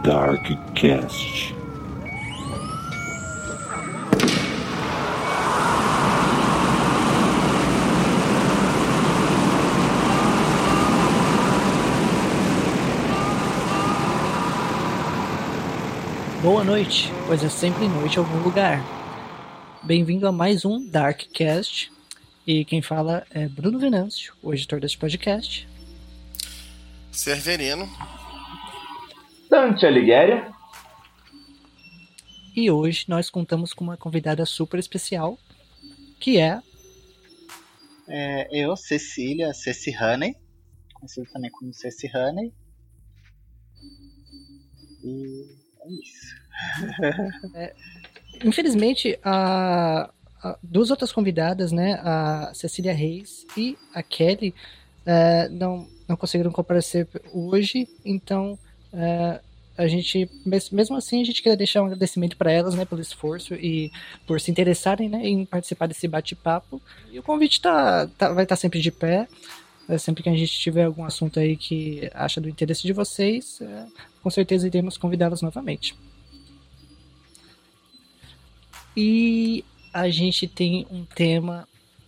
Darkcast. Boa noite, pois é sempre noite em algum lugar. Bem-vindo a mais um Darkcast. E quem fala é Bruno Venâncio, o editor deste podcast. Severino. Dante Alighieri. E hoje nós contamos com uma convidada super especial, que é... Eu, Cecília, Ceci Honey, conhecido também como Ceci Honey. E é isso. Infelizmente, duas outras convidadas, né, a Cecília Reis e a Kelly, não conseguiram comparecer hoje, então a gente, mesmo assim, a gente queria deixar um agradecimento para elas, né, pelo esforço e por se interessarem, né, em participar desse bate-papo. E o convite vai estar sempre de pé. Sempre que a gente tiver algum assunto aí que acha do interesse de vocês, com certeza iremos convidá-las novamente. E a gente tem um tema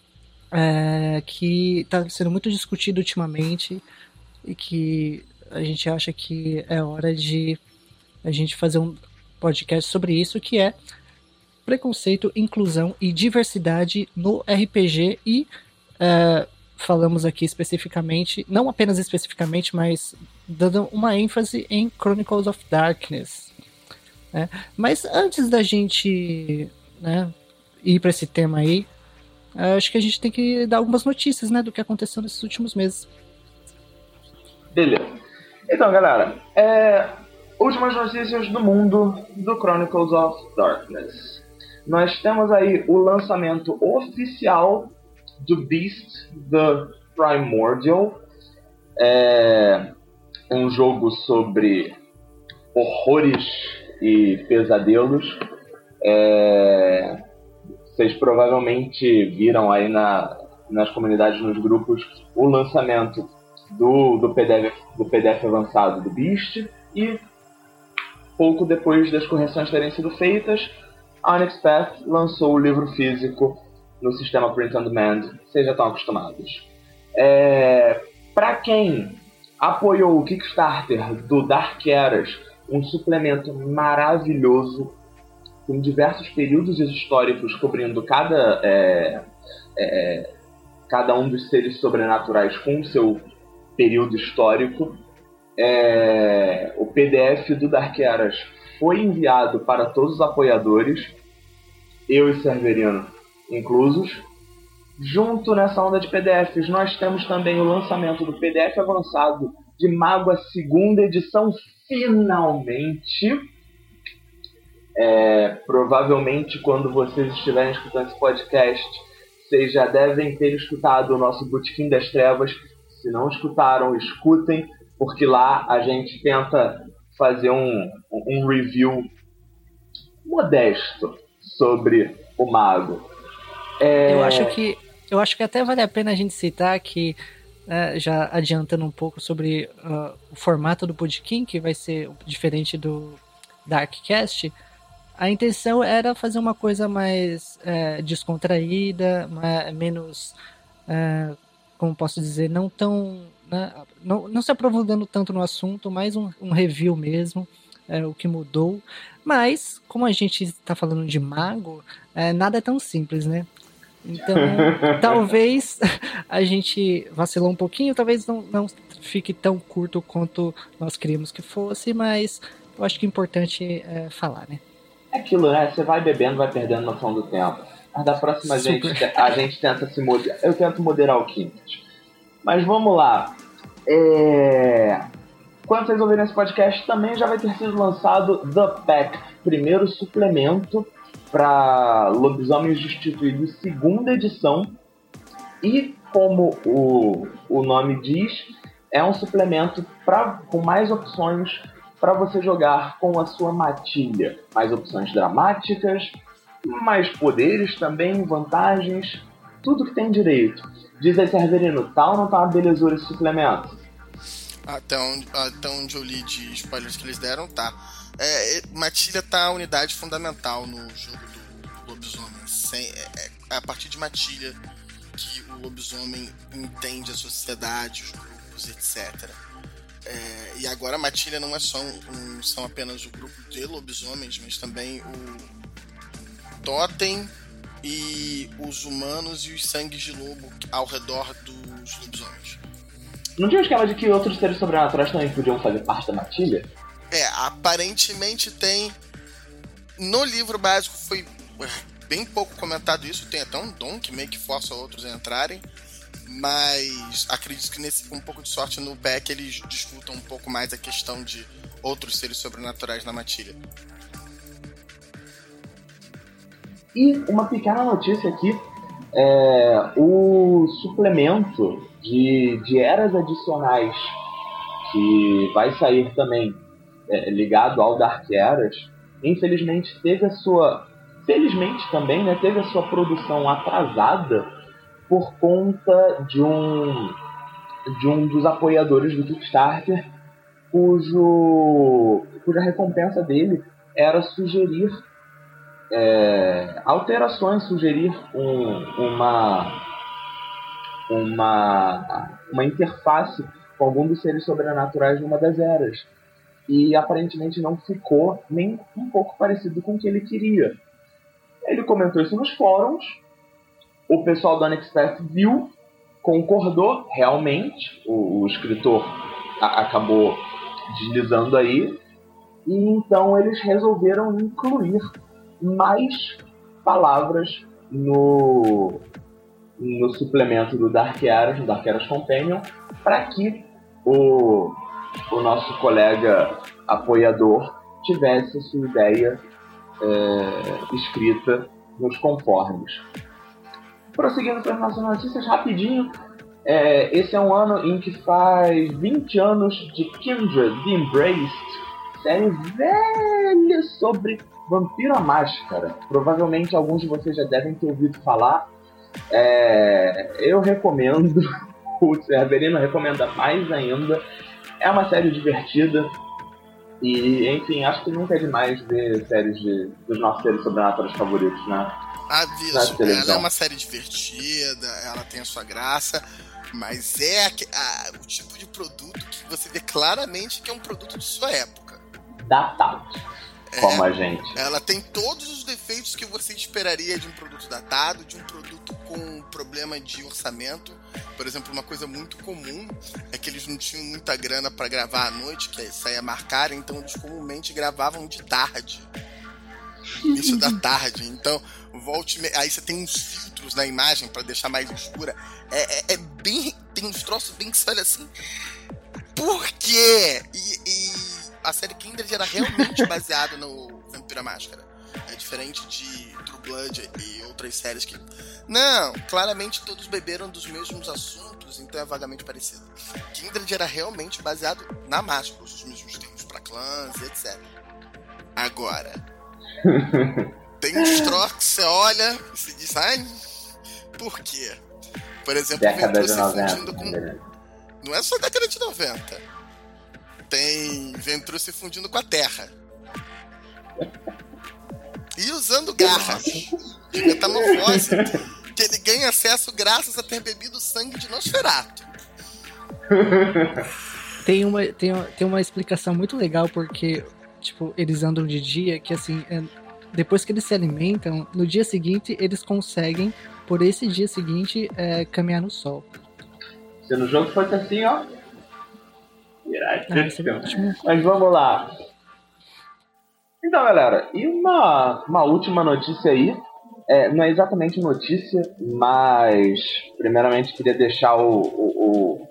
que está sendo muito discutido ultimamente e que a gente acha que é hora de a gente fazer um podcast sobre isso, que é preconceito, inclusão e diversidade no RPG e falamos aqui especificamente, não apenas especificamente, mas dando uma ênfase em Chronicles of Darkness. Né? Mas antes da gente, né, ir para esse tema aí, acho que a gente tem que dar algumas notícias, né, do que aconteceu nesses últimos meses. Beleza. Então, galera, últimas notícias do mundo do Chronicles of Darkness. Nós temos aí o lançamento oficial do Beast the Primordial, um jogo sobre horrores e pesadelos. Vocês provavelmente viram aí nas comunidades, nos grupos, o lançamento do PDF avançado do Beast, e pouco depois das correções terem sido feitas, a Onyx Path lançou o livro físico no sistema Print on Demand. Vocês já estão acostumados. Para quem apoiou o Kickstarter do Dark Eras, um suplemento maravilhoso com diversos períodos históricos cobrindo cada um dos seres sobrenaturais com o seu período histórico, o PDF do Dark Eras foi enviado para todos os apoiadores, eu e Severino inclusos. Junto nessa onda de PDFs, nós temos também o lançamento do PDF avançado de Mágoa 2ª edição, finalmente. Provavelmente, quando vocês estiverem escutando esse podcast, vocês já devem ter escutado o nosso Botequim das Trevas. Se não escutaram, escutem, porque lá a gente tenta fazer um review modesto sobre o Mago. Eu acho que até vale a pena a gente citar que, já adiantando um pouco sobre o formato do Botequim, que vai ser diferente do Darkcast, a intenção era fazer uma coisa mais descontraída, menos, como posso dizer, não tão, né, não se aprofundando tanto no assunto, mais um review mesmo, o que mudou. Mas, como a gente está falando de mago, nada é tão simples, né? Então, talvez a gente vacilou um pouquinho, talvez não fique tão curto quanto nós queríamos que fosse, mas eu acho que é importante falar, né? É aquilo, né? Você vai bebendo, vai perdendo noção do tempo. Mas da próxima a gente tenta se moderar. Eu tento moderar o quinto. Mas vamos lá. Quando vocês ouvirem esse podcast, também já vai ter sido lançado The Pack, primeiro suplemento para Lobisomens Destituídos, 2ª edição. E como o nome diz, é um suplemento com mais opções para você jogar com a sua matilha. Mais opções dramáticas, mais poderes também, vantagens, tudo que tem direito. Diz aí, Severino, tá ou não tá uma belezura esse suplemento? Até onde eu li de spoilers que eles deram, tá. Matilha tá a unidade fundamental no jogo do lobisomem. É a partir de Matilha que o lobisomem entende a sociedade, os grupos, etc. E agora Matilha não é só são apenas o grupo de lobisomens, mas também o Totem e os humanos e os sangues de lobo ao redor dos lobisomens. Não tinha um esquema de que outros seres sobrenaturais também podiam fazer parte da Matilha? Aparentemente tem. No livro básico foi bem pouco comentado isso, tem até um dom que meio que força outros a entrarem, mas acredito que com um pouco de sorte no PEC eles discutam um pouco mais a questão de outros seres sobrenaturais na Matilha. E uma pequena notícia aqui, o suplemento de eras adicionais que vai sair também ligado ao Dark Eras, infelizmente felizmente também, né, teve a sua produção atrasada por conta de um dos apoiadores do Kickstarter, cuja recompensa dele era sugerir alterações, sugerir uma interface com algum dos seres sobrenaturais de uma das eras. E aparentemente não ficou nem um pouco parecido com o que ele queria. Ele comentou isso nos fóruns, o pessoal do Onyx Path viu, concordou, realmente, o escritor acabou deslizando aí, e então eles resolveram incluir mais palavras no suplemento do Dark Eras, do Dark Eras Companion, para que o nosso colega apoiador tivesse a sua ideia escrita nos conformes. Prosseguindo para as nossas notícias rapidinho, esse é um ano em que faz 20 anos de Kindred, The Embraced, série velha sobre Vampiro à Máscara. Provavelmente alguns de vocês já devem ter ouvido falar. Eu recomendo, o Severino recomenda mais ainda. É uma série divertida e, enfim, acho que nunca é demais ver séries dos nossos seres sobrenaturais favoritos, né? Aviso, ela é uma série divertida, ela tem a sua graça, mas o tipo de produto que você vê claramente que é um produto de sua época. Datado, como a gente. Ela tem todos os defeitos que você esperaria de um produto datado, de um produto com problema de orçamento. Por exemplo, uma coisa muito comum é que eles não tinham muita grana para gravar à noite, que saía marcar, então eles comumente gravavam de tarde. Início da tarde. Então, aí você tem uns filtros na imagem para deixar mais escura. Tem uns troços bem que você olha assim. Por quê? E a série Kindred era realmente baseada no Vampiro à Máscara. É diferente de True Blood e outras séries que... Não, claramente todos beberam dos mesmos assuntos, então é vagamente parecido. Kindred era realmente baseado na máscara, os mesmos termos para clãs e etc. Agora, tem uns troços que você olha e se diz, por quê? Por exemplo, o Ventru se fundindo com... Não é só década de 90. Tem Ventru se fundindo com a Terra. E usando garras de metamorfose, que ele ganha acesso graças a ter bebido sangue de Nosferatu. Tem uma explicação muito legal, porque tipo, eles andam de dia, que assim, depois que eles se alimentam, no dia seguinte eles conseguem, por esse dia seguinte, caminhar no sol. Se no jogo fosse assim, ó. Mas vamos lá. Então, galera, e uma última notícia aí. Não é exatamente notícia, mas primeiramente queria deixar o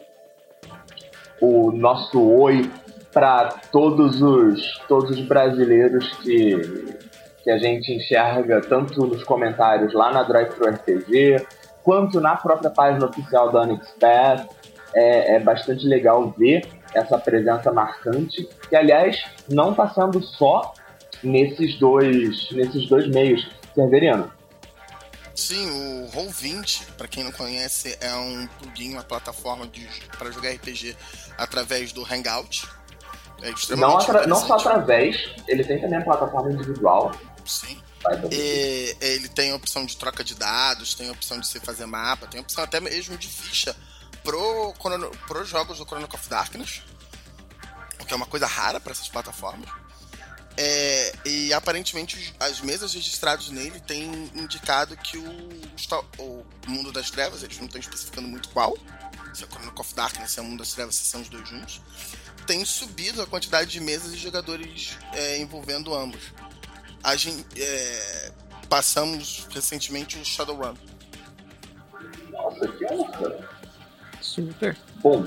nosso oi para todos os brasileiros que a gente enxerga tanto nos comentários lá na Drive-Thru RPG, quanto na própria página oficial da Onyx Path. É bastante legal ver essa presença marcante, que aliás não está sendo só nesses dois meios. Severino, Sim, o Roll20, para quem não conhece, é um plugin, uma plataforma para jogar RPG através do Hangout. É extremamente não só através, ele tem também a plataforma individual. Sim. Ele tem a opção de troca de dados, tem a opção de você fazer mapa, tem a opção até mesmo de ficha pro jogos do Chronicle of Darkness, o que é uma coisa rara para essas plataformas. E aparentemente as mesas registradas nele têm indicado que o Mundo das Trevas, eles não estão especificando muito qual, se é o Chronicle of Darkness, se é o Mundo das Trevas, se são os dois juntos, tem subido a quantidade de mesas e jogadores envolvendo ambos. A gente passamos recentemente o Shadowrun. Nossa, que honra! Super. Bom,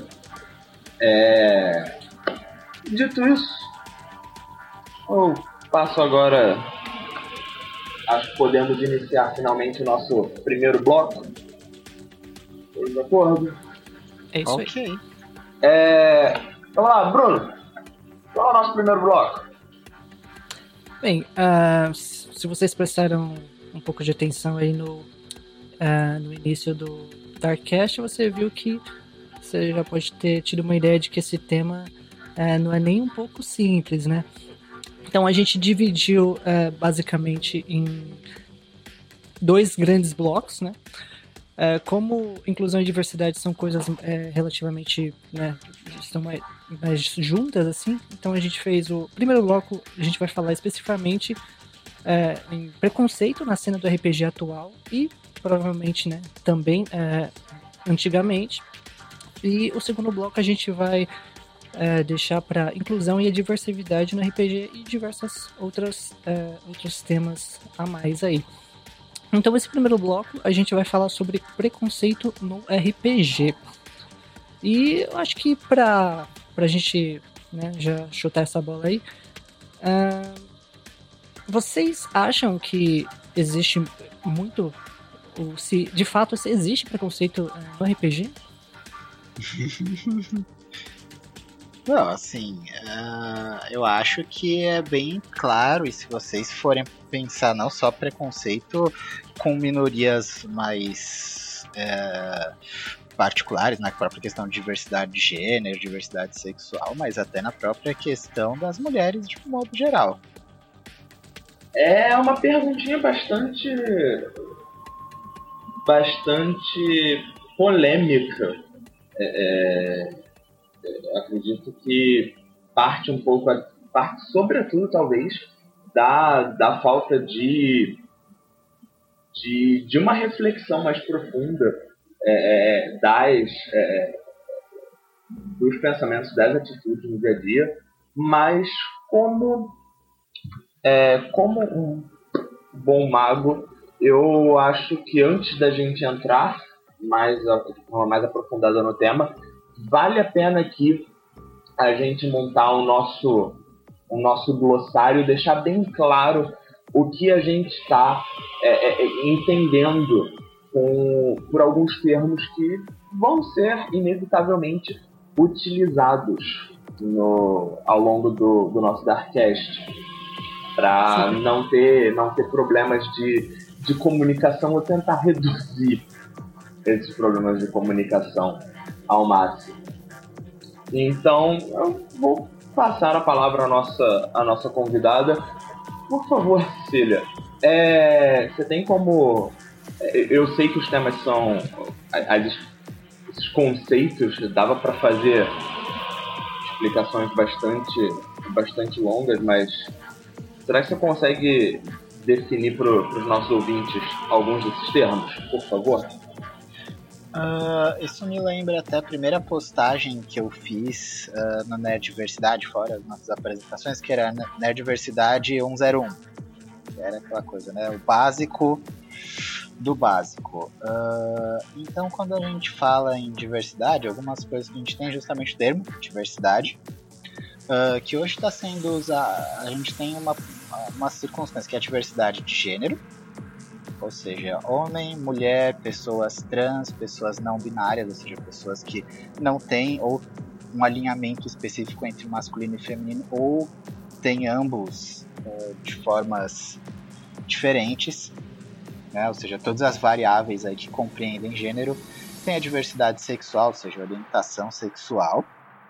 dito isso, eu passo agora. Acho que podemos iniciar finalmente o nosso primeiro bloco. Estou de acordo? É isso aí. Vamos lá, Bruno. Qual é o nosso primeiro bloco? Bem, se vocês prestaram um pouco de atenção aí no início do Darkcast, você viu que você já pode ter tido uma ideia de que esse tema não é nem um pouco simples, né? Então a gente dividiu basicamente em 2 grandes blocos, né? Como inclusão e diversidade são coisas relativamente, né, estão mais juntas, assim, então a gente fez o primeiro bloco, a gente vai falar especificamente em preconceito na cena do RPG atual e provavelmente, né, também antigamente. E o segundo bloco a gente vai deixar para inclusão e a diversidade no RPG e diversas outros temas a mais aí. Então esse primeiro bloco a gente vai falar sobre preconceito no RPG. E eu acho que pra gente, né, já chutar essa bola aí, vocês acham que existe muito, ou se de fato existe preconceito no RPG? Não, assim, eu acho que é bem claro, e se vocês forem pensar não só preconceito com minorias mais particulares, na própria questão de diversidade de gênero, diversidade sexual, mas até na própria questão das mulheres de um modo geral. É uma perguntinha bastante polêmica. Acredito que parte sobretudo talvez da falta de uma reflexão mais profunda dos pensamentos, das atitudes no dia a dia, mas como um bom mago, eu acho que antes da gente entrar de forma mais aprofundada no tema, vale a pena aqui a gente montar o nosso glossário, deixar bem claro o que a gente está entendendo por alguns termos que vão ser inevitavelmente utilizados ao longo do nosso Darkcast, para não ter problemas de comunicação, ou tentar reduzir esses problemas de comunicação ao máximo. Então, eu vou passar a palavra à nossa convidada. Por favor, Cecília, você tem como... Eu sei que os temas são... Esses conceitos, dava para fazer explicações bastante longas, mas será que você consegue definir para os nossos ouvintes alguns desses termos, por favor? Isso me lembra até a primeira postagem que eu fiz no Nerddiversidade, fora as nossas apresentações, que era Nerddiversidade 101. Que era aquela coisa, né? O básico do básico. Então, quando a gente fala em diversidade, algumas coisas que a gente tem é justamente o termo diversidade, que hoje está sendo usado. A gente tem uma circunstância que é a diversidade de gênero, ou seja, homem, mulher, pessoas trans, pessoas não binárias, ou seja, pessoas que não têm ou um alinhamento específico entre masculino e feminino, ou tem ambos de formas diferentes. né? Ou seja, todas as variáveis aí que compreendem gênero. Tem a diversidade sexual, ou seja, a orientação sexual,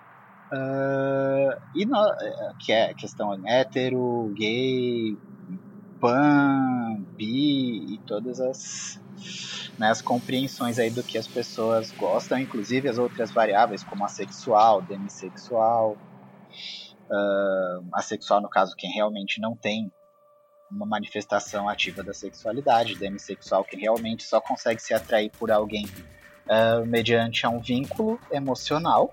que é a questão hétero, gay, pan, bi e todas as compreensões aí do que as pessoas gostam, inclusive as outras variáveis como assexual, demissexual, assexual no caso quem realmente não tem uma manifestação ativa da sexualidade, demissexual quem realmente só consegue se atrair por alguém mediante um vínculo emocional.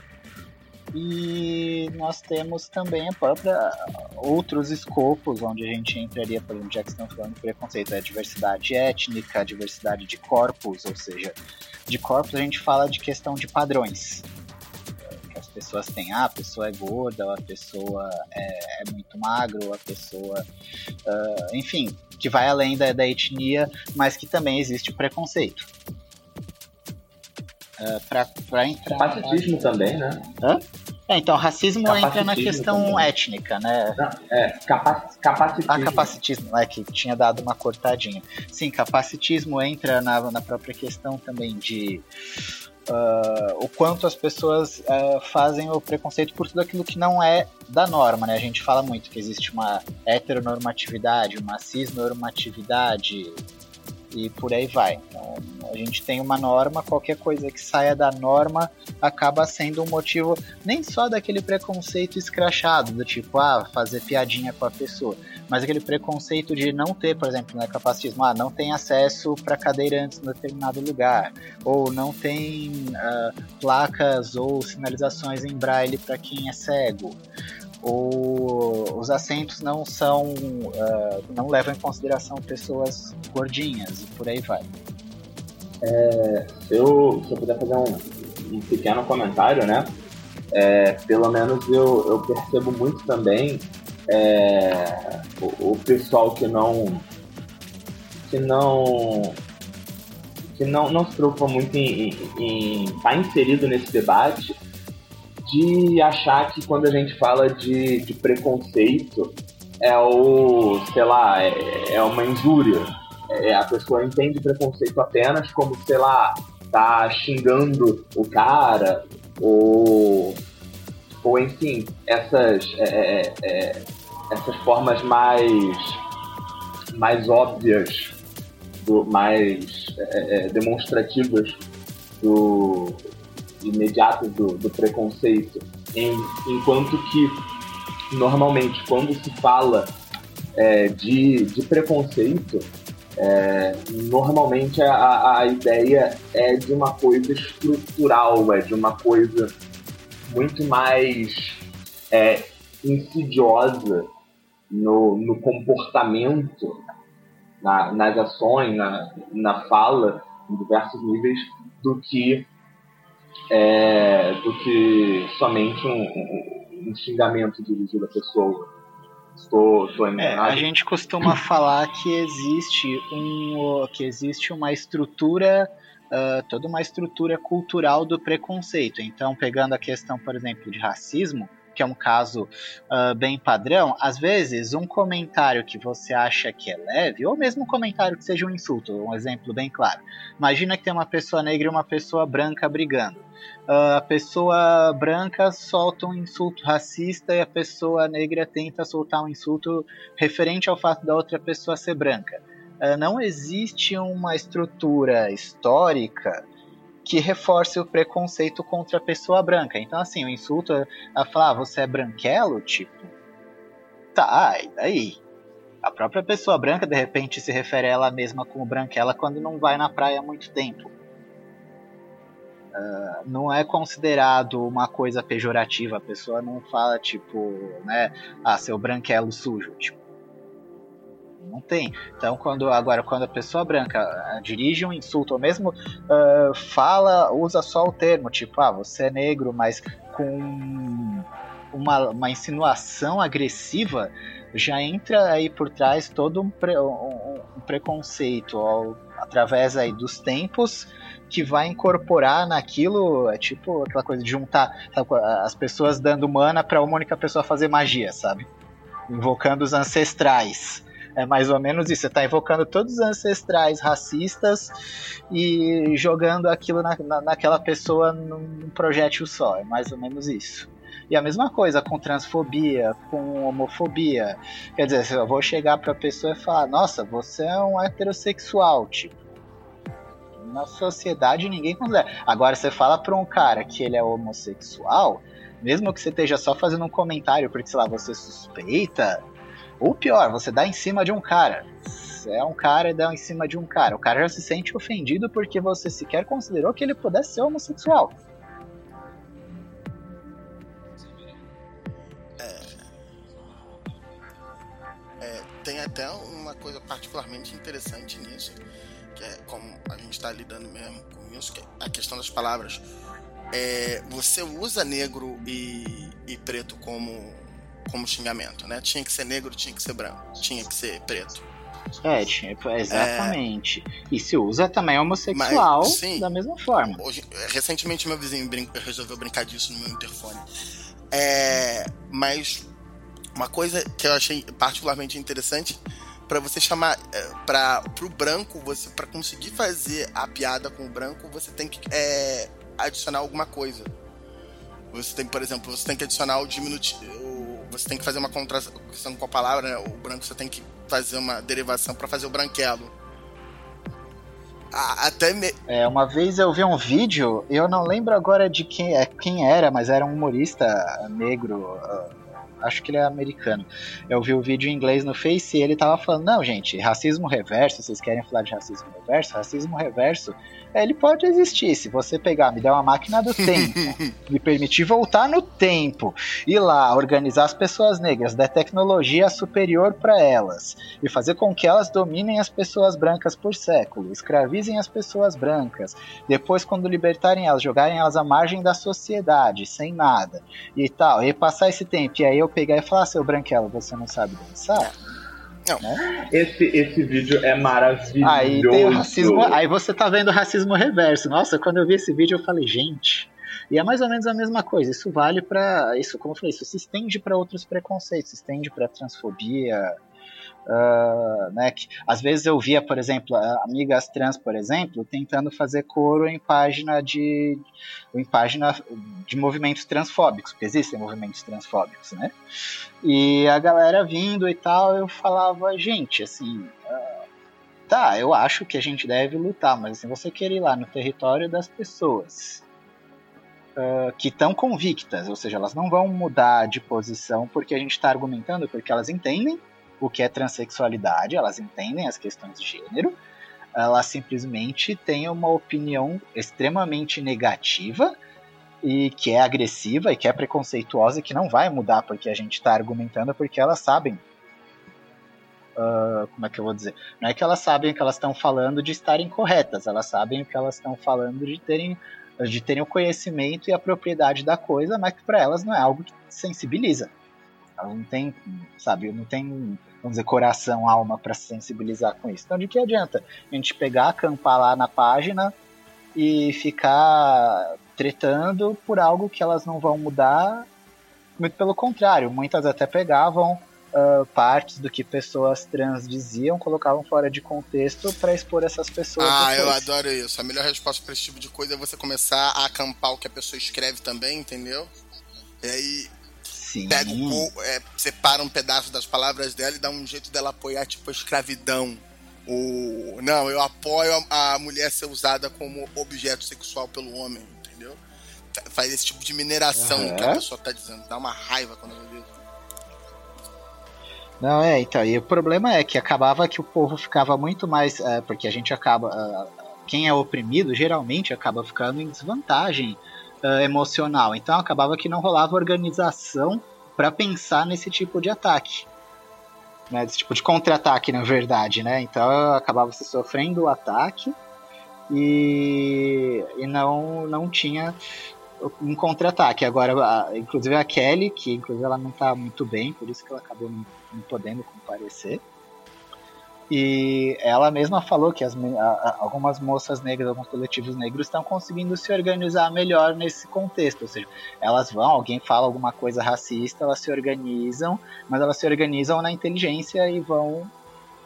E nós temos também outros escopos onde a gente entraria, por exemplo, já que estamos falando de preconceito, a diversidade étnica, a diversidade de corpos, ou seja, de corpos a gente fala de questão de padrões que as pessoas têm. A pessoa é gorda, a pessoa é muito magro, a pessoa, enfim, que vai além da etnia, mas que também existe preconceito. Para entrar... Capacitismo também, né? Então, racismo entra na questão também. Étnica, né? Capacitismo. Capacitismo, que tinha dado uma cortadinha. Sim, capacitismo entra na própria questão também de o quanto as pessoas fazem o preconceito por tudo aquilo que não é da norma, né? A gente fala muito que existe uma heteronormatividade, uma cisnormatividade e por aí vai. Então, a gente tem uma norma, qualquer coisa que saia da norma acaba sendo um motivo nem só daquele preconceito escrachado, do tipo, fazer piadinha com a pessoa, mas aquele preconceito de não ter, por exemplo, né, capacitismo, não tem acesso para cadeirantes em determinado lugar, ou não tem placas ou sinalizações em braille para quem é cego, ou os assentos não levam em consideração pessoas gordinhas e por aí vai. Se eu puder fazer um pequeno comentário, né? Pelo menos eu percebo muito também o pessoal que não se preocupa muito em estar inserido nesse debate, de achar que quando a gente fala de preconceito é uma injúria. A pessoa entende preconceito apenas como, tá xingando o cara, ou enfim, essas formas mais óbvias, mais demonstrativas imediatas do preconceito, enquanto que normalmente quando se fala de preconceito, normalmente a ideia é de uma coisa estrutural, de uma coisa muito mais insidiosa no comportamento, nas ações, na fala, em diversos níveis, do que somente um xingamento dirigido à pessoa. Estou enganado? A gente costuma falar que existe uma estrutura, toda uma estrutura cultural do preconceito. Então, pegando a questão, por exemplo, de racismo, que é um caso bem padrão, às vezes um comentário que você acha que é leve, ou mesmo um comentário que seja um insulto, um exemplo bem claro. Imagina que tem uma pessoa negra e uma pessoa branca brigando. A pessoa branca solta um insulto racista e a pessoa negra tenta soltar um insulto referente ao fato da outra pessoa ser branca. Não existe uma estrutura histórica que reforce o preconceito contra a pessoa branca. Então, assim, o insulto a falar, você é branquelo? Tipo, tá, e daí? A própria pessoa branca, de repente, se refere a ela mesma como branquela quando não vai na praia há muito tempo. Não é considerado uma coisa pejorativa, a pessoa não fala, tipo, né, seu branquelo sujo, tipo, não tem. Então, quando a pessoa branca dirige um insulto, ou mesmo usa só o termo, tipo, você é negro, mas com uma insinuação agressiva, já entra aí por trás todo um preconceito, através aí dos tempos, que vai incorporar naquilo, tipo aquela coisa de juntar as pessoas dando mana para uma única pessoa fazer magia, sabe? Invocando os ancestrais. É mais ou menos isso, você tá invocando todos os ancestrais racistas e jogando aquilo naquela pessoa num projétil só, é mais ou menos isso. E a mesma coisa com transfobia, com homofobia. Quer dizer, eu vou chegar pra pessoa e falar, nossa, você é um heterossexual, tipo, na sociedade ninguém considera. Agora você fala pra um cara que ele é homossexual, mesmo que você esteja só fazendo um comentário porque, sei lá, você suspeita, ou pior, você dá em cima de um cara. Você é um cara e dá em cima de um cara. O cara já se sente ofendido porque você sequer considerou que ele pudesse ser homossexual. Tem até uma coisa particularmente interessante nisso, que é como a gente está lidando mesmo com isso, que é a questão das palavras. Você usa negro e preto como xingamento, né? Tinha que ser negro, tinha que ser branco, tinha que ser preto. Exatamente. E se usa também homossexual, mas, sim, da mesma forma. Recentemente meu vizinho resolveu brincar disso no meu interfone. Mas uma coisa que eu achei particularmente interessante, para você chamar pro branco, você, para conseguir fazer a piada com o branco, você tem que adicionar alguma coisa. Você tem, por exemplo, você tem que adicionar o diminutivo, você tem que fazer uma contração com a palavra, né? O branco você tem que fazer uma derivação para fazer o branquelo. Uma vez eu vi um vídeo, eu não lembro agora de quem era, mas era um humorista negro, acho que ele é americano. Eu vi o vídeo em inglês no Face e ele tava falando, não, gente, racismo reverso, vocês querem falar de racismo reverso? Racismo reverso, ele pode existir. Se você pegar, me der uma máquina do tempo, me permitir voltar no tempo, ir lá, organizar as pessoas negras, dar tecnologia superior para elas, e fazer com que elas dominem as pessoas brancas por século, escravizem as pessoas brancas, depois quando libertarem elas, jogarem elas à margem da sociedade, sem nada, e tal, e passar esse tempo, e aí eu pegar e falar, seu branquelo, você não sabe dançar? Não. Né? Esse vídeo é maravilhoso. Aí tem o racismo, aí você tá vendo o racismo reverso. Nossa, quando eu vi esse vídeo eu falei, gente. E é mais ou menos a mesma coisa. Isso vale pra. Isso, como eu falei, isso se estende para outros preconceitos, se estende pra transfobia. Né, que, às vezes eu via, por exemplo, amigas trans, por exemplo, tentando fazer coro em página de movimentos transfóbicos, porque existem movimentos transfóbicos, né? E a galera vindo e tal, eu falava, gente, assim, tá, eu acho que a gente deve lutar, mas assim, você quer ir lá no território das pessoas que estão convictas, ou seja, elas não vão mudar de posição porque a gente está argumentando, porque elas entendem o que é transexualidade, elas entendem as questões de gênero, elas simplesmente têm uma opinião extremamente negativa e que é agressiva e que é preconceituosa e que não vai mudar porque a gente está argumentando, porque elas sabem, como é que eu vou dizer? Não é que elas sabem o que elas estão falando de estarem corretas, elas sabem o que elas estão falando de terem o conhecimento e a propriedade da coisa, mas que para elas não é algo que sensibiliza. Elas não tem, sabe, não tem, vamos dizer, coração, alma para se sensibilizar com isso. Então, de que adianta a gente pegar, acampar lá na página e ficar tretando por algo que elas não vão mudar? Muito pelo contrário, muitas até pegavam partes do que pessoas trans diziam, colocavam fora de contexto para expor essas pessoas. Eu adoro isso. A melhor resposta para esse tipo de coisa é você começar a acampar o que a pessoa escreve também, entendeu? E aí pega separa um pedaço das palavras dela e dá um jeito dela apoiar, tipo, a escravidão. Não, eu apoio a mulher ser usada como objeto sexual pelo homem, entendeu? Faz esse tipo de mineração que a pessoa tá dizendo. Dá uma raiva quando eu vejo. Não, então, e o problema é que acabava que o povo ficava muito mais, porque a gente acaba, quem é oprimido geralmente acaba ficando em desvantagem emocional, então acabava que não rolava organização para pensar nesse tipo de ataque, né, esse tipo de contra-ataque, na verdade, né, então acabava se sofrendo o ataque e não tinha um contra-ataque. Agora, inclusive a Kelly, que inclusive ela não tá muito bem, por isso que ela acabou não podendo comparecer, e ela mesma falou que algumas moças negras, alguns coletivos negros estão conseguindo se organizar melhor nesse contexto, ou seja, elas vão, alguém fala alguma coisa racista, elas se organizam, mas elas se organizam na inteligência e vão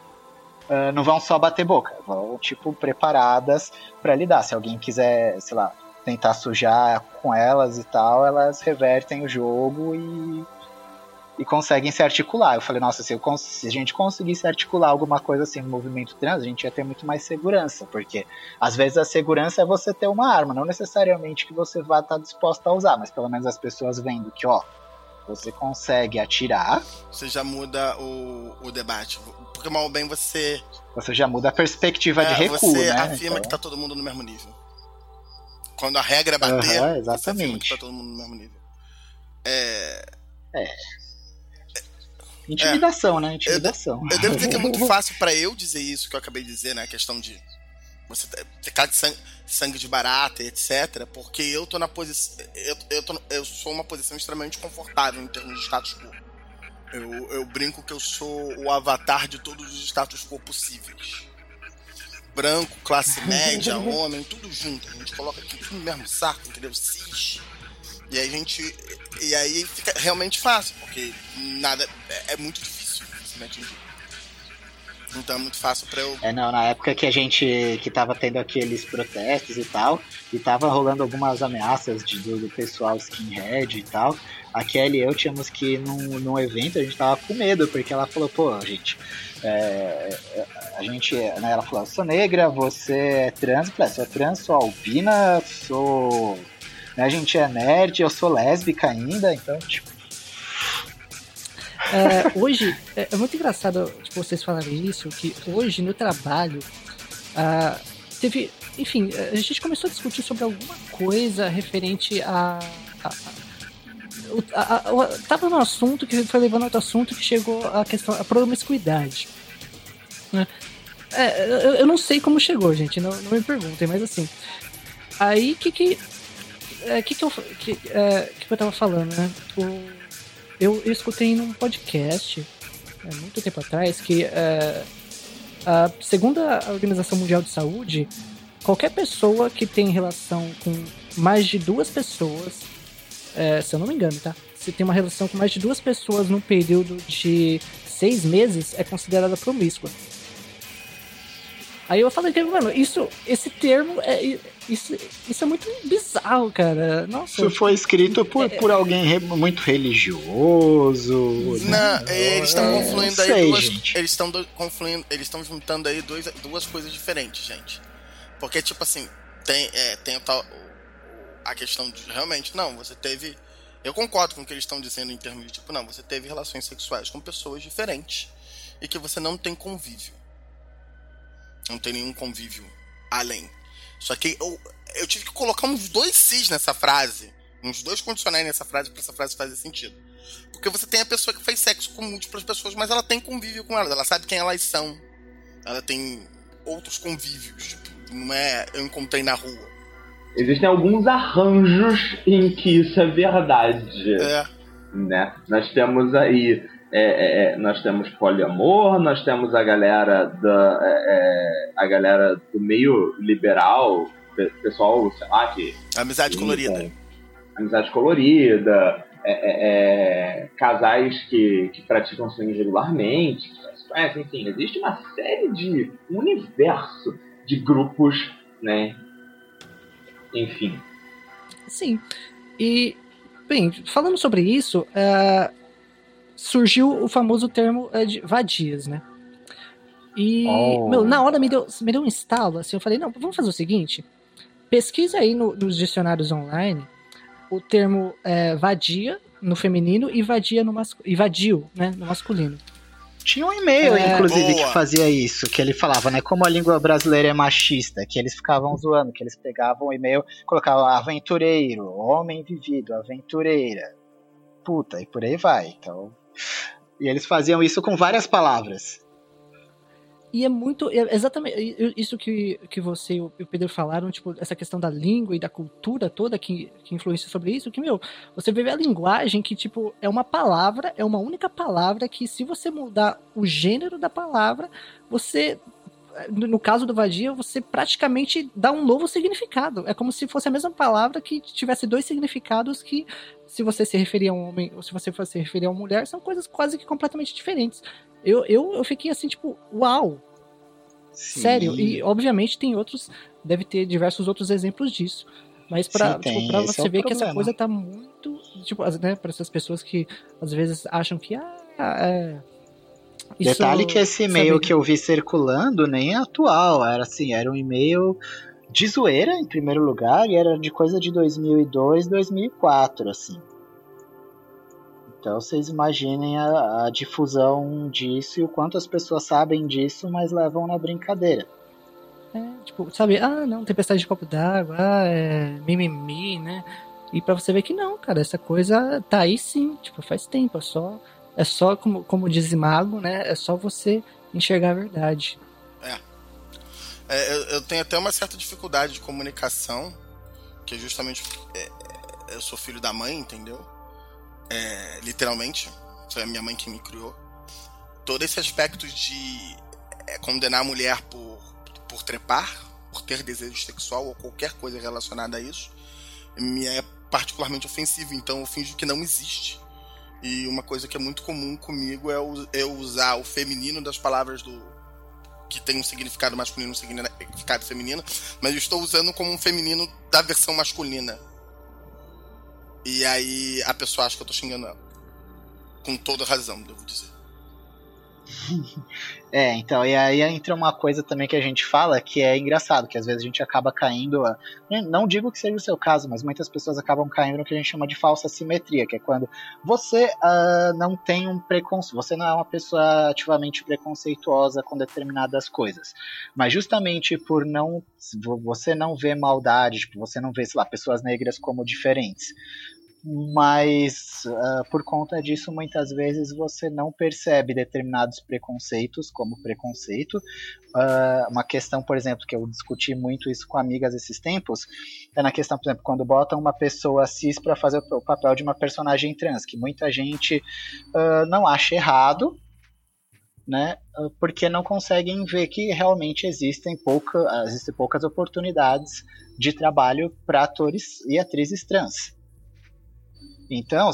não vão só bater boca, vão, tipo, preparadas pra lidar. Se alguém quiser, sei lá, tentar sujar com elas e tal, elas revertem o jogo e conseguem se articular. Eu falei, nossa, se a gente conseguisse articular alguma coisa assim no movimento trans, a gente ia ter muito mais segurança, porque às vezes a segurança é você ter uma arma, não necessariamente que você vá estar disposta a usar, mas pelo menos as pessoas vendo que, ó, você consegue atirar. Você já muda o debate, porque mal ou bem você já muda a perspectiva de recuo, você né? afirma que tá todo mundo no mesmo nível. Quando a regra é bater, exatamente. você afirma que tá todo mundo no mesmo nível. Intimidação, né? Intimidação. Eu devo dizer que é muito fácil pra eu dizer isso que eu acabei de dizer, né? A questão de você ter cara de sangue de barata, etc. Porque eu tô na posição. Eu sou uma posição extremamente confortável em termos de status quo. Eu brinco que eu sou o avatar de todos os status quo possíveis. Branco, classe média, homem, tudo junto. A gente coloca aqui tudo no mesmo saco, entendeu? Cis. E aí fica realmente fácil, porque nada é muito difícil se me atingir. Então é muito fácil pra eu... na época que tava tendo aqueles protestos e tal, e tava rolando algumas ameaças do pessoal skinhead e tal, a Kelly e eu tínhamos que ir num evento, a gente tava com medo, porque ela falou, pô, gente, a gente, né, ela falou, eu sou negra, você é trans, eu falei, sou trans, sou albina, sou... A gente é nerd, eu sou lésbica ainda, então, tipo... Hoje, é muito engraçado tipo, vocês falarem isso, que hoje no trabalho teve... Enfim, a gente começou a discutir sobre alguma coisa referente tava num assunto que foi levando a outro assunto que chegou a questão, a promiscuidade. Né? Eu não sei como chegou, gente, não me perguntem, mas assim... Aí, que eu tava falando, né? Eu escutei num podcast, muito tempo atrás, que segundo a Organização Mundial de Saúde, qualquer pessoa que tem relação com mais de 2 pessoas, se eu não me engano, tá? Se tem uma relação com mais de 2 pessoas num período de 6 meses, é considerada promíscua. Aí eu falei, mano, esse termo isso é muito bizarro, cara. Nossa. Isso foi escrito por alguém muito religioso. Não, eles estão confluindo aí duas. Gente. Eles estão juntando aí duas coisas diferentes, gente. Porque, tipo assim, tem a questão de realmente, não, você teve. Eu concordo com o que eles estão dizendo em termos de tipo, não, você teve relações sexuais com pessoas diferentes e que você não tem convívio. Não tem nenhum convívio além. Só que eu tive que colocar uns 2 cis nessa frase, uns 2 condicionais nessa frase pra essa frase fazer sentido. Porque você tem a pessoa que faz sexo com múltiplas pessoas, mas ela tem convívio com elas, ela sabe quem elas são, ela tem outros convívios, tipo, não é eu encontrei na rua. Existem alguns arranjos em que isso é verdade. Né? Nós temos aí nós temos poliamor, nós temos a galera do meio liberal, pessoal, sei lá, que... Amizade colorida. Amizade colorida, casais que praticam swing regularmente, enfim, existe uma série de universo de grupos, né? Enfim. Sim. E, bem, falando sobre isso, surgiu o famoso termo de vadias, né? E, na hora me deu um estalo, assim, eu falei, não, vamos fazer o seguinte, pesquisa aí nos dicionários online o termo vadia no feminino e vadio, né, no masculino. Tinha um e-mail, inclusive, que fazia isso, que ele falava, né, como a língua brasileira é machista, que eles ficavam zoando, que eles pegavam o e-mail, colocavam aventureiro, homem vivido, aventureira, puta, e por aí vai, então... E eles faziam isso com várias palavras. E é muito... exatamente isso que você e o Pedro falaram, tipo, essa questão da língua e da cultura toda que influencia sobre isso, que, você vê a linguagem que, tipo, é uma palavra, é uma única palavra que, se você mudar o gênero da palavra, você... No caso do vadia, você praticamente dá um novo significado. É como se fosse a mesma palavra que tivesse 2 significados que, se você se referir a um homem ou se você for se referir a uma mulher, são coisas quase que completamente diferentes. Eu fiquei assim, tipo, uau! Sério, e obviamente tem outros, deve ter diversos outros exemplos disso. Mas pra você ver que essa coisa tá muito, tipo, né, pra essas pessoas que às vezes acham que, isso, detalhe que esse e-mail que eu vi circulando nem é atual, era um e-mail de zoeira em primeiro lugar e era de coisa de 2002, 2004, assim. Então vocês imaginem a difusão disso e o quanto as pessoas sabem disso, mas levam na brincadeira. Tipo, sabe, não, tempestade de copo d'água, mimimi, né? E pra você ver que não, cara, essa coisa tá aí sim, tipo, faz tempo, é só como diz Mago, né? É só você enxergar a verdade. Eu tenho até uma certa dificuldade de comunicação, que é justamente eu sou filho da mãe, entendeu? Literalmente, foi a minha mãe que me criou. Todo esse aspecto de condenar a mulher por trepar, por ter desejo sexual ou qualquer coisa relacionada a isso, me é particularmente ofensivo, então eu finjo que não existe. E uma coisa que é muito comum comigo é usar o feminino das palavras que tem um significado masculino e um significado feminino, mas eu estou usando como um feminino da versão masculina. E aí a pessoa acha que eu estou xingando ela. Com toda razão, devo dizer. Então, e aí entra uma coisa também que a gente fala que é engraçado, que às vezes a gente acaba caindo, não digo que seja o seu caso, mas muitas pessoas acabam caindo no que a gente chama de falsa simetria, que é quando você não tem um preconceito, você não é uma pessoa ativamente preconceituosa com determinadas coisas, mas justamente por você não vê maldade, tipo, você não vê, sei lá, pessoas negras como diferentes, mas por conta disso muitas vezes você não percebe determinados preconceitos como preconceito. Uma questão, por exemplo, que eu discuti muito isso com amigas esses tempos, é na questão, por exemplo, quando botam uma pessoa cis para fazer o papel de uma personagem trans, que muita gente não acha errado, né, porque não conseguem ver que realmente existem poucas oportunidades de trabalho para atores e atrizes trans. Então,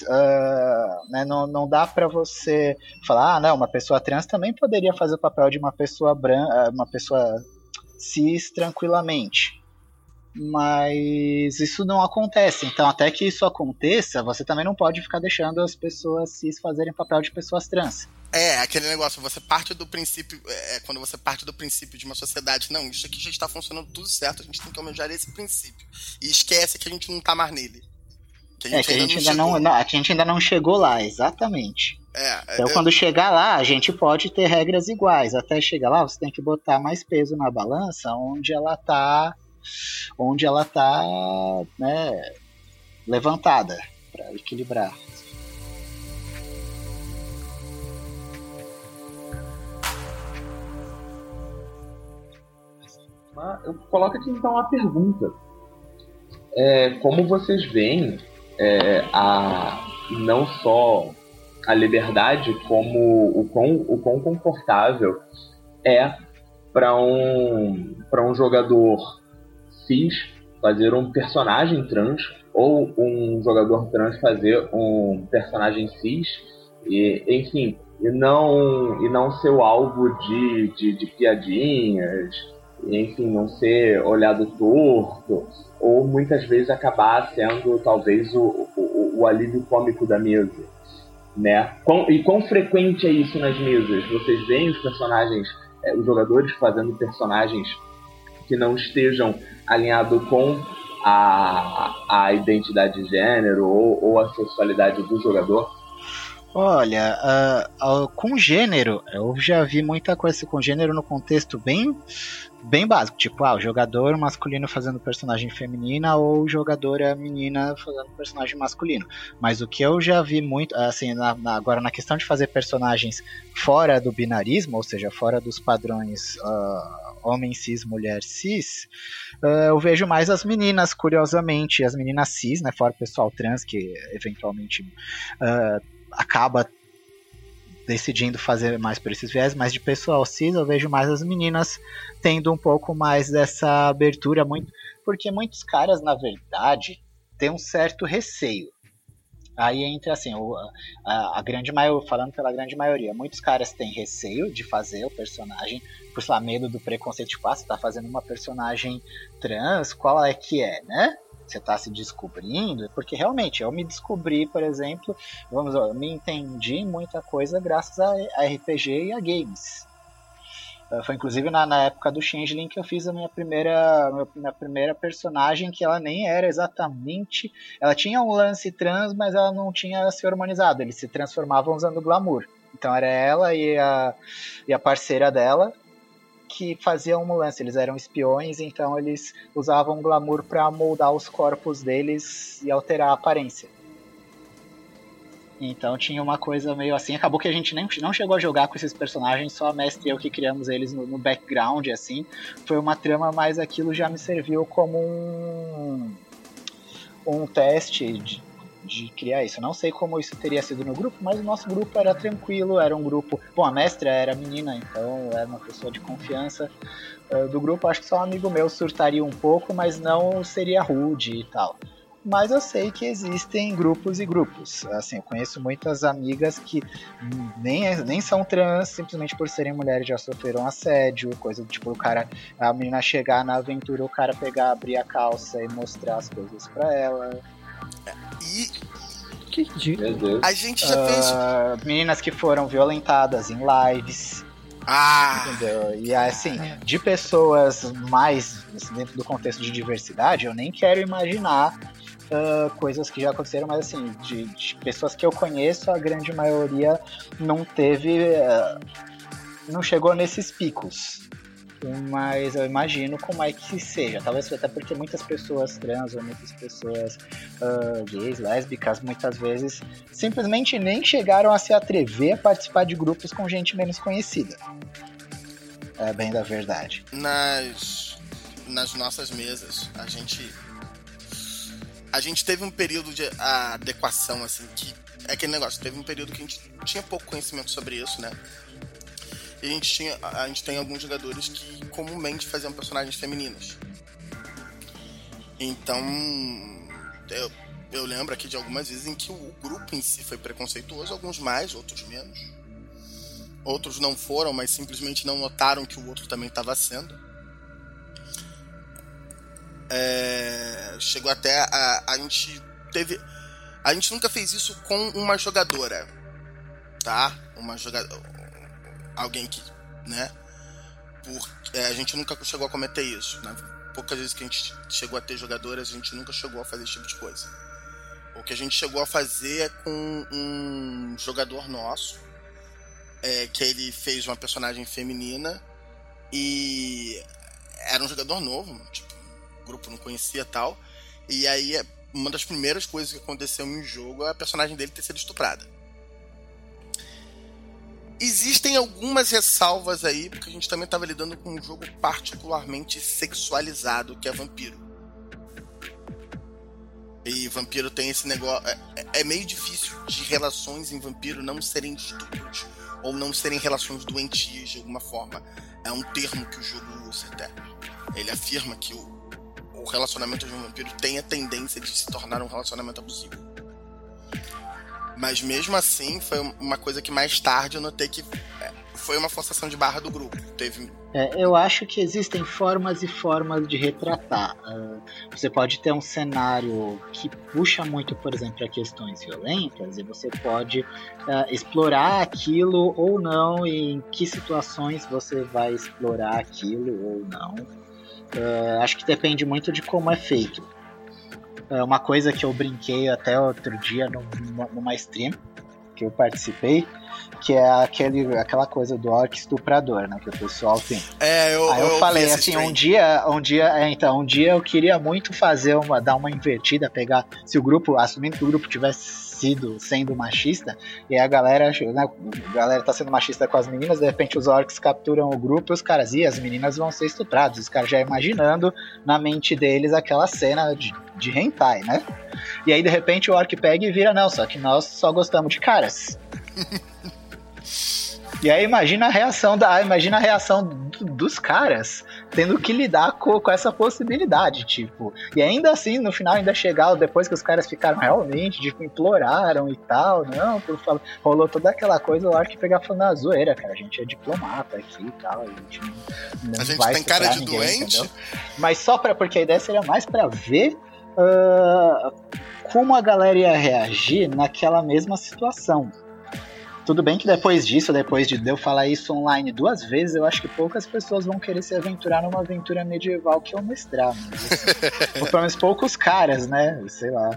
não dá para você falar, não, uma pessoa trans também poderia fazer o papel de uma pessoa branca, uma pessoa cis tranquilamente. Mas isso não acontece. Então, até que isso aconteça, você também não pode ficar deixando as pessoas cis fazerem papel de pessoas trans. Aquele negócio, você parte do princípio, quando você parte do princípio de uma sociedade, não, isso aqui já está funcionando tudo certo, a gente tem que almejar esse princípio. E esquece que a gente não está mais nele. Que a gente ainda não chegou lá, exatamente. Então, quando chegar lá, a gente pode ter regras iguais. Até chegar lá, você tem que botar mais peso na balança onde ela tá, né, levantada, para equilibrar. Eu coloco aqui então uma pergunta. Como vocês veem não só a liberdade, como o quão confortável é para um jogador cis fazer um personagem trans ou um jogador trans fazer um personagem cis e não ser o alvo de piadinhas, enfim, não ser olhado torto, ou muitas vezes acabar sendo talvez o alívio cômico da mesa, né? E quão frequente é isso nas mesas? Vocês veem os personagens, os jogadores fazendo personagens que não estejam alinhados com a identidade de gênero ou a sexualidade do jogador? Olha, com gênero, eu já vi muita coisa com gênero no contexto bem básico, tipo, o jogador masculino fazendo personagem feminina ou jogadora menina fazendo personagem masculino. Mas o que eu já vi muito, assim, agora na questão de fazer personagens fora do binarismo, ou seja, fora dos padrões homem cis, mulher cis, eu vejo mais as meninas, curiosamente, as meninas cis, né, fora o pessoal trans que eventualmente acaba decidindo fazer mais por esses viés, mas de pessoal cis eu vejo mais as meninas tendo um pouco mais dessa abertura, porque muitos caras, na verdade, têm um certo receio. Aí entra assim, a grande maioria, falando pela grande maioria, muitos caras têm receio de fazer o personagem, por sei lá, medo do preconceito, tipo, você tá fazendo uma personagem trans, qual é que é, né? Você tá se descobrindo, porque realmente eu me descobri, por exemplo, eu me entendi muita coisa graças a RPG e a games. Foi inclusive na época do Changeling que eu fiz a minha primeira personagem, que ela nem era exatamente... Ela tinha um lance trans, mas ela não tinha se harmonizado. Eles se transformavam usando glamour. Então era ela e a parceira dela que faziam um lance. Eles eram espiões, então eles usavam glamour para moldar os corpos deles e alterar a aparência. Então tinha uma coisa meio assim, acabou que a gente não chegou a jogar com esses personagens, só a mestre e eu que criamos eles no background, assim. Foi uma trama, mas aquilo já me serviu como um teste de criar isso. Eu não sei como isso teria sido no grupo, mas o nosso grupo era tranquilo, era um grupo... Bom, a mestra era menina, então era uma pessoa de confiança do grupo. Acho que só um amigo meu surtaria um pouco, mas não seria rude e tal. Mas eu sei que existem grupos e grupos. Assim, eu conheço muitas amigas que nem são trans, simplesmente por serem mulheres já sofreram assédio, coisa do tipo, a menina chegar na aventura, o cara pegar, abrir a calça e mostrar as coisas pra ela. E que ridículo. A gente já fez... Meninas que foram violentadas em lives. Entendeu? E assim, de pessoas mais dentro do contexto de diversidade, eu nem quero imaginar coisas que já aconteceram, mas assim, de pessoas que eu conheço, a grande maioria não teve, não chegou nesses picos. Mas eu imagino como é que seja. Talvez até porque muitas pessoas trans ou muitas pessoas gays, lésbicas, muitas vezes simplesmente nem chegaram a se atrever a participar de grupos com gente menos conhecida. É bem da verdade. Nas nossas mesas, a gente teve um período de adequação, assim, que é aquele negócio, teve um período que a gente tinha pouco conhecimento sobre isso, né? E a gente tem alguns jogadores que comumente faziam personagens femininas. Então, eu lembro aqui de algumas vezes em que o grupo em si foi preconceituoso, alguns mais, outros menos. Outros não foram, mas simplesmente não notaram que o outro também estava sendo. Chegou até a gente nunca fez isso com uma jogadora, tá? Alguém que, né? A gente nunca chegou a cometer isso, né? Poucas vezes que a gente chegou a ter jogadoras, a gente nunca chegou a fazer esse tipo de coisa. O que a gente chegou a fazer é com um jogador nosso, que ele fez uma personagem feminina e era um jogador novo, tipo, o grupo não conhecia tal, e aí uma das primeiras coisas que aconteceu em jogo é a personagem dele ter sido estuprada. Existem algumas ressalvas aí, porque a gente também estava lidando com um jogo particularmente sexualizado, que é Vampiro. E Vampiro tem esse negócio... É meio difícil de relações em Vampiro não serem estupros, ou não serem relações doentias de alguma forma. É um termo que o jogo usa até. Ele afirma que o relacionamento de um vampiro tem a tendência de se tornar um relacionamento abusivo. Mas mesmo assim, foi uma coisa que mais tarde eu notei que foi uma forçação de barra do grupo. Eu acho que existem formas e formas de retratar. Você pode ter um cenário que puxa muito, por exemplo, a questões violentas, e você pode explorar aquilo ou não, e em que situações você vai explorar aquilo ou não. Acho que depende muito de como é feito. Uma coisa que eu brinquei até outro dia numa stream que eu participei, que é aquela coisa do orc estuprador, né, que o pessoal tem. Aí eu falei assim, um dia eu queria muito dar uma invertida, pegar, se o grupo, assumindo que o grupo tivesse sendo machista, e a galera tá sendo machista com as meninas, de repente os orcs capturam o grupo e os caras, as meninas vão ser estupradas, os caras já imaginando na mente deles aquela cena de hentai, né? E aí de repente o orc pega e vira, não, só que nós só gostamos de caras. E aí imagina a reação dos caras. tendo que lidar com essa possibilidade, tipo. E ainda assim, no final ainda chegaram, depois que os caras ficaram realmente, tipo, imploraram e tal, não, rolou toda aquela coisa, o Ark pegar falando na zoeira, cara, a gente é diplomata aqui e tal, a gente não vai tem cara de ninguém, doente. Entendeu? Mas só porque a ideia seria mais pra ver como a galera ia reagir naquela mesma situação. Tudo bem que depois disso, depois de eu falar isso online 2 vezes, eu acho que poucas pessoas vão querer se aventurar numa aventura medieval que eu mestrar. Mas, assim, ou pelo menos poucos caras, né? Sei lá.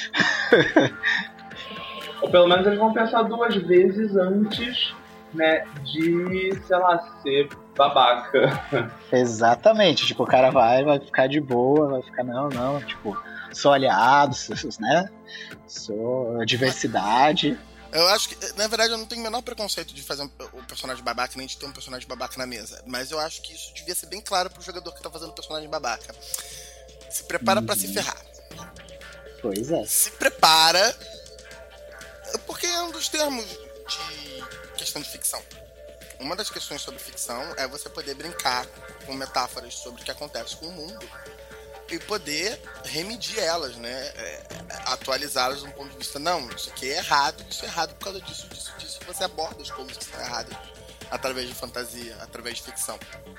Ou pelo menos eles vão pensar 2 vezes antes, né, de, sei lá, ser babaca. Exatamente. Tipo, o cara vai ficar de boa, vai ficar, não, tipo, sou aliado, né? Sou diversidade. Eu acho que, na verdade, eu não tenho o menor preconceito de fazer um personagem babaca, nem de ter um personagem babaca na mesa. Mas eu acho que isso devia ser bem claro pro jogador que tá fazendo personagem babaca. Se prepara pra se ferrar. Pois é. Se prepara, porque é um dos termos de questão de ficção. Uma das questões sobre ficção é você poder brincar com metáforas sobre o que acontece com o mundo e poder remedir elas, né? Atualizá-las de um ponto de vista, não, isso aqui é errado, isso é errado por causa disso. Você aborda as coisas que são erradas através de fantasia, através de ficção.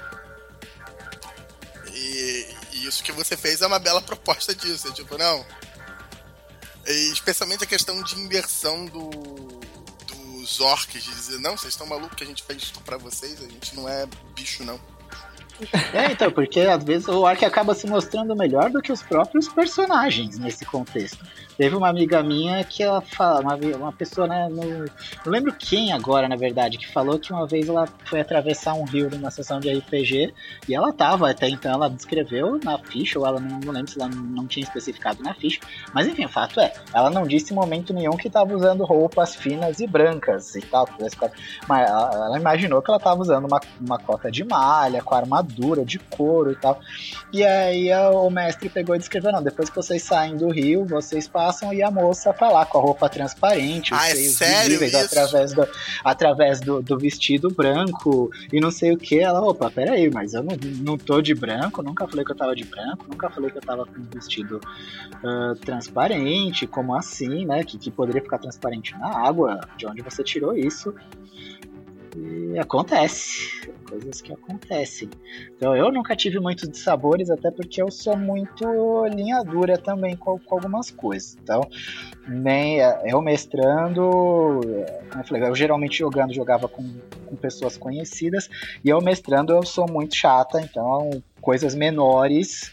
E isso que você fez é uma bela proposta disso, tipo, não. E especialmente a questão de inversão dos orcs, de dizer, não, vocês estão malucos que a gente fez isso pra vocês, a gente não é bicho, não. Então, porque às vezes o Ark acaba se mostrando melhor do que os próprios personagens nesse contexto. Teve uma amiga minha que ela fala, uma pessoa, né, não lembro quem agora, na verdade, que falou que uma vez ela foi atravessar um rio numa sessão de RPG e ela tava, até então ela descreveu na ficha, ou ela não lembro se ela não tinha especificado na ficha, mas enfim, o fato é, ela não disse em momento nenhum que tava usando roupas finas e brancas e tal, mas ela imaginou que ela tava usando uma cota de malha, com armadura de couro e tal, e aí o mestre pegou e descreveu, não, depois que vocês saem do rio, vocês passam e a moça tá lá com a roupa transparente, os seios visíveis através do vestido branco e não sei o que. Ela, opa, peraí, mas eu não tô de branco, nunca falei que eu tava de branco, nunca falei que eu tava com um vestido transparente, como assim, né? Que poderia ficar transparente na água, de onde você tirou isso? E acontece, coisas que acontecem. Então eu nunca tive muitos dissabores, até porque eu sou muito linha dura também com algumas coisas. Então, nem eu mestrando, como eu falei, eu geralmente jogava com pessoas conhecidas, e eu mestrando eu sou muito chata, então coisas menores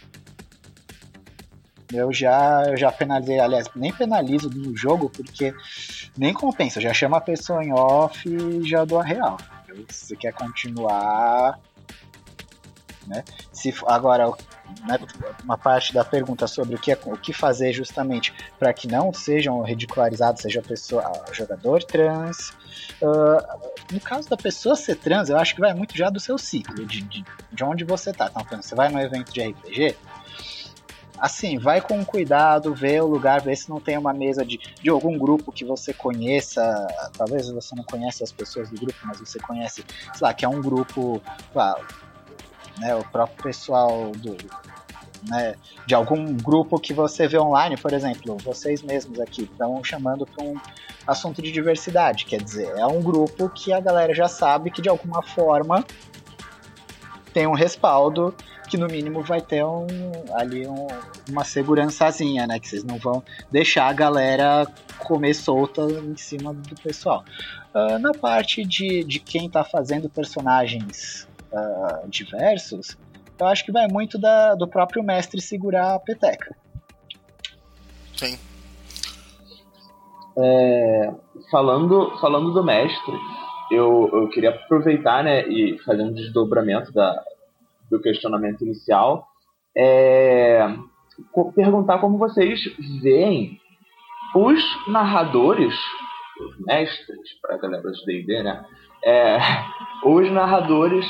eu já penalizei, aliás, nem penalizo no jogo, porque nem compensa, eu já chamo a pessoa em off e já dou a real. Se você quer continuar, né? Agora, né, uma parte da pergunta sobre o que fazer justamente para que não sejam ridicularizados, seja o jogador trans. No caso da pessoa ser trans, eu acho que vai muito já do seu ciclo, de onde você tá. Então, você vai num evento de RPG, assim, vai com cuidado, vê o lugar, vê se não tem uma mesa de algum grupo que você conheça. Talvez você não conheça as pessoas do grupo, mas você conhece, sei lá, que é um grupo, né, o próprio pessoal né, de algum grupo que você vê online, por exemplo, vocês mesmos aqui estão chamando para um assunto de diversidade, quer dizer, é um grupo que a galera já sabe que de alguma forma tem um respaldo, que no mínimo vai ter uma segurançazinha, né? Que vocês não vão deixar a galera comer solta em cima do pessoal. Na parte de quem tá fazendo personagens diversos, eu acho que vai muito do próprio mestre segurar a peteca. Sim. Falando do mestre, eu queria aproveitar, né, e fazer um desdobramento do questionamento inicial, perguntar como vocês veem os narradores, os mestres, para a galera do D&D, né, os narradores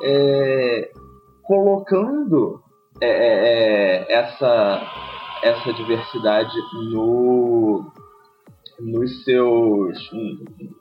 colocando essa diversidade nos seus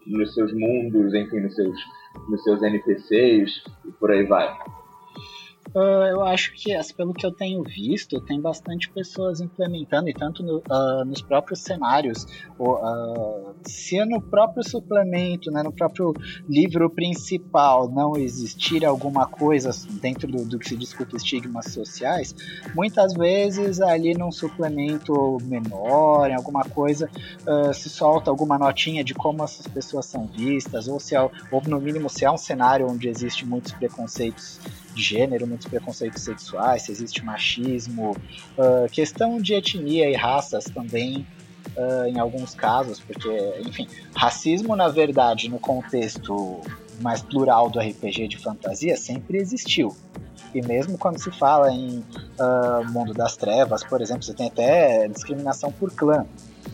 mundos, enfim, nos seus NPCs e por aí vai. Eu acho que, pelo que eu tenho visto, tem bastante pessoas implementando, e tanto nos próprios cenários, se no próprio suplemento, né, no próprio livro principal não existir alguma coisa dentro do que se discute estigmas sociais, muitas vezes ali num suplemento menor, em alguma coisa, se solta alguma notinha de como essas pessoas são vistas, ou no mínimo se há um cenário onde existe muitos preconceitos de gênero, muitos preconceitos sexuais, se existe machismo, questão de etnia e raças também, em alguns casos, porque, enfim, racismo, na verdade, no contexto mais plural do RPG de fantasia, sempre existiu. E mesmo quando se fala em Mundo das Trevas, por exemplo, você tem até discriminação por clã.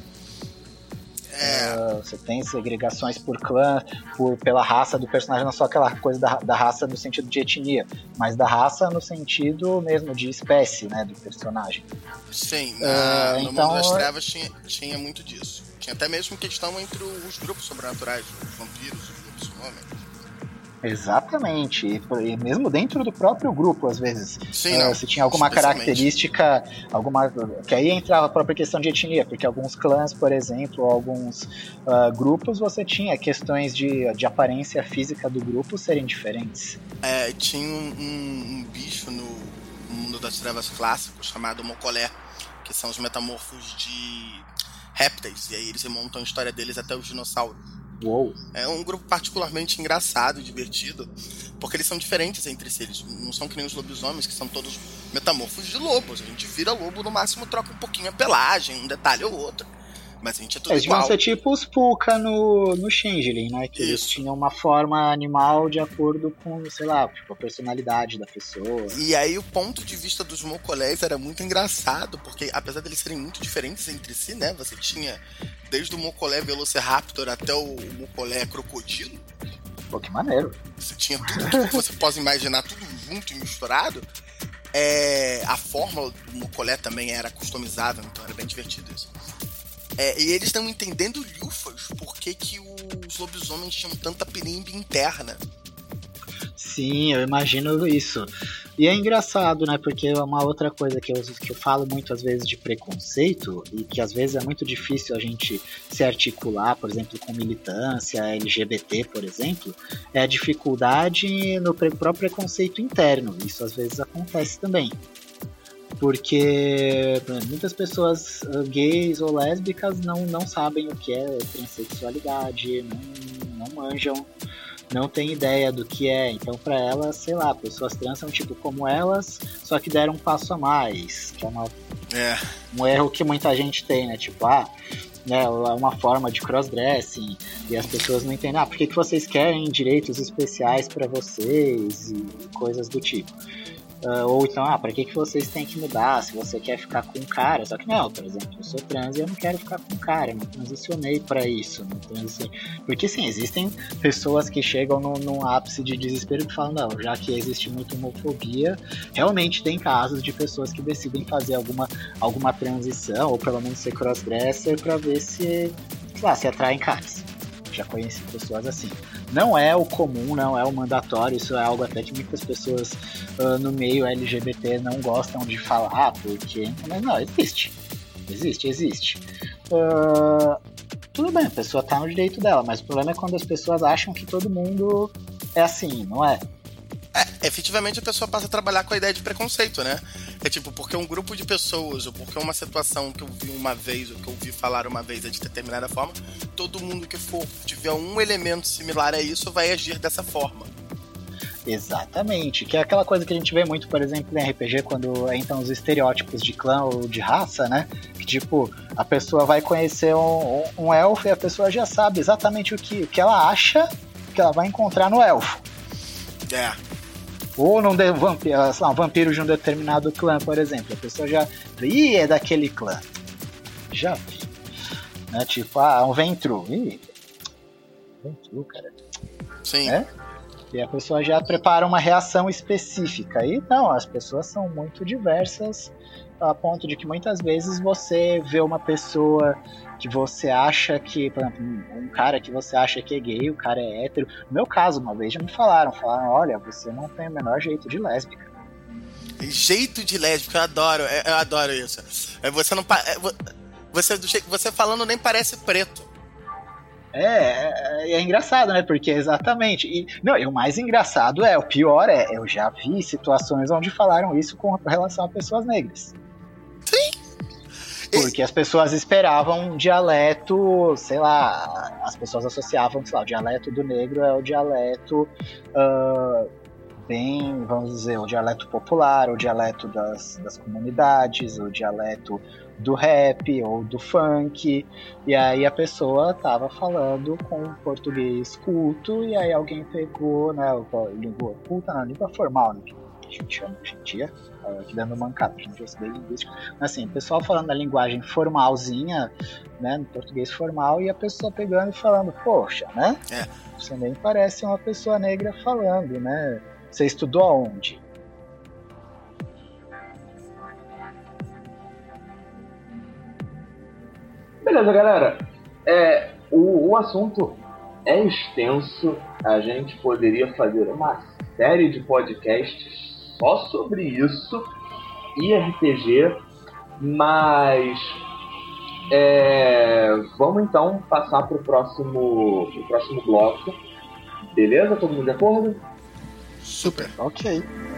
Você tem segregações por clã, pela raça do personagem, não só aquela coisa da raça no sentido de etnia, mas da raça no sentido mesmo de espécie, né, do personagem. Sim, no então, Mundo das Trevas tinha muito disso. Tinha até mesmo questão entre os grupos sobrenaturais, os vampiros, os lobisomens. Exatamente, e mesmo dentro do próprio grupo, às vezes, Sim, se tinha alguma característica, que aí entrava a própria questão de etnia, porque alguns clãs, por exemplo, ou alguns grupos, você tinha questões de aparência física do grupo serem diferentes. Tinha um bicho no Mundo das Trevas clássico chamado Mocolé, que são os metamorfos de répteis, e aí eles remontam a história deles até os dinossauros. Uou. É um grupo particularmente engraçado e divertido, porque eles são diferentes entre si. Eles não são que nem os lobisomens, que são todos metamorfos de lobos. A gente vira lobo, no máximo troca um pouquinho a pelagem, um detalhe ou outro. Mas a gente é tudo igual. Eles vão ser tipo os Puka no Changeling, né? Que eles tinham uma forma animal de acordo com, sei lá, tipo, a personalidade da pessoa. E aí o ponto de vista dos Mocolés era muito engraçado, porque apesar deles serem muito diferentes entre si, né? Você tinha desde o Mocolé Velociraptor até o Mocolé Crocodilo. Pô, que maneiro. Você tinha tudo que você possa imaginar, tudo junto e misturado. A fórmula do Mocolé também era customizável, então era bem divertido isso. E eles estão entendendo lufas por que os lobisomens tinham tanta pirimba interna. Sim, eu imagino isso. E é engraçado, né? Porque é uma outra coisa que eu falo muito às vezes de preconceito, e que às vezes é muito difícil a gente se articular, por exemplo, com militância LGBT, por exemplo, é a dificuldade no próprio preconceito interno. Isso às vezes acontece também. Porque muitas pessoas gays ou lésbicas não sabem o que é transexualidade, não manjam, não têm ideia do que é. Então, para elas, sei lá, pessoas trans são tipo como elas, só que deram um passo a mais, que é um erro que muita gente tem, né? Tipo, né, uma forma de crossdressing, e as pessoas não entendem, por que vocês querem direitos especiais para vocês e coisas do tipo. Ou então, pra que vocês têm que mudar se você quer ficar com um cara? Só que não, por exemplo, eu sou trans e eu não quero ficar com um cara, eu não transicionei pra isso, não transicionei. Porque sim, existem pessoas que chegam num ápice de desespero e falam, não, já que existe muita homofobia, realmente tem casos de pessoas que decidem fazer alguma transição, ou pelo menos ser crossdresser, pra ver se atraem caras. Já conheci pessoas assim. Não é o comum, não é o mandatório, isso é algo até que muitas pessoas no meio LGBT não gostam de falar, porque... Mas não, existe. Tudo bem, a pessoa tá no direito dela, mas o problema é quando as pessoas acham que todo mundo é assim, não é? Efetivamente a pessoa passa a trabalhar com a ideia de preconceito, né? É tipo, porque um grupo de pessoas, ou porque uma situação que eu vi uma vez, ou que eu ouvi falar uma vez é de determinada forma, todo mundo que tiver um elemento similar a isso vai agir dessa forma. Exatamente, que é aquela coisa que a gente vê muito, por exemplo, em RPG, quando entram os estereótipos de clã ou de raça, né? Que tipo, a pessoa vai conhecer um elfo e a pessoa já sabe exatamente o que ela acha que ela vai encontrar no elfo. Ou um vampiro de um determinado clã, por exemplo. A pessoa já... é daquele clã. Já vi. Né? Tipo, um Ventru. Ventru, cara. Sim. E a pessoa já prepara uma reação específica. E não, as pessoas são muito diversas, a ponto de que muitas vezes você vê uma pessoa que você acha que, por exemplo, um cara que você acha que é gay, o cara é hétero. No meu caso, uma vez já me falaram, olha, você não tem o menor jeito de lésbica. Jeito de lésbica, eu adoro isso. Você não você do jeito que você falando nem parece preto. É engraçado, né? Porque exatamente. E o mais engraçado o pior eu já vi situações onde falaram isso com relação a pessoas negras. Sim. Porque as pessoas esperavam um dialeto, sei lá, as pessoas associavam, sei lá, o dialeto do negro é o dialeto bem, vamos dizer, o dialeto popular, o dialeto das comunidades, o dialeto do rap ou do funk, e aí a pessoa tava falando com português culto, e aí alguém pegou, né, língua culta, não, língua formal, né, que a gente chama hoje em dia, aqui dando mancada, a gente já estudei linguística, mas assim, o pessoal falando da linguagem formalzinha, né, no português formal, e a pessoa pegando e falando, poxa, né, você nem parece uma pessoa negra falando, né, você estudou aonde? Beleza, galera. O assunto é extenso. A gente poderia fazer uma série de podcasts só sobre isso e RPG, mas vamos então passar pro próximo bloco. Beleza? Todo mundo de acordo? Super. Ok.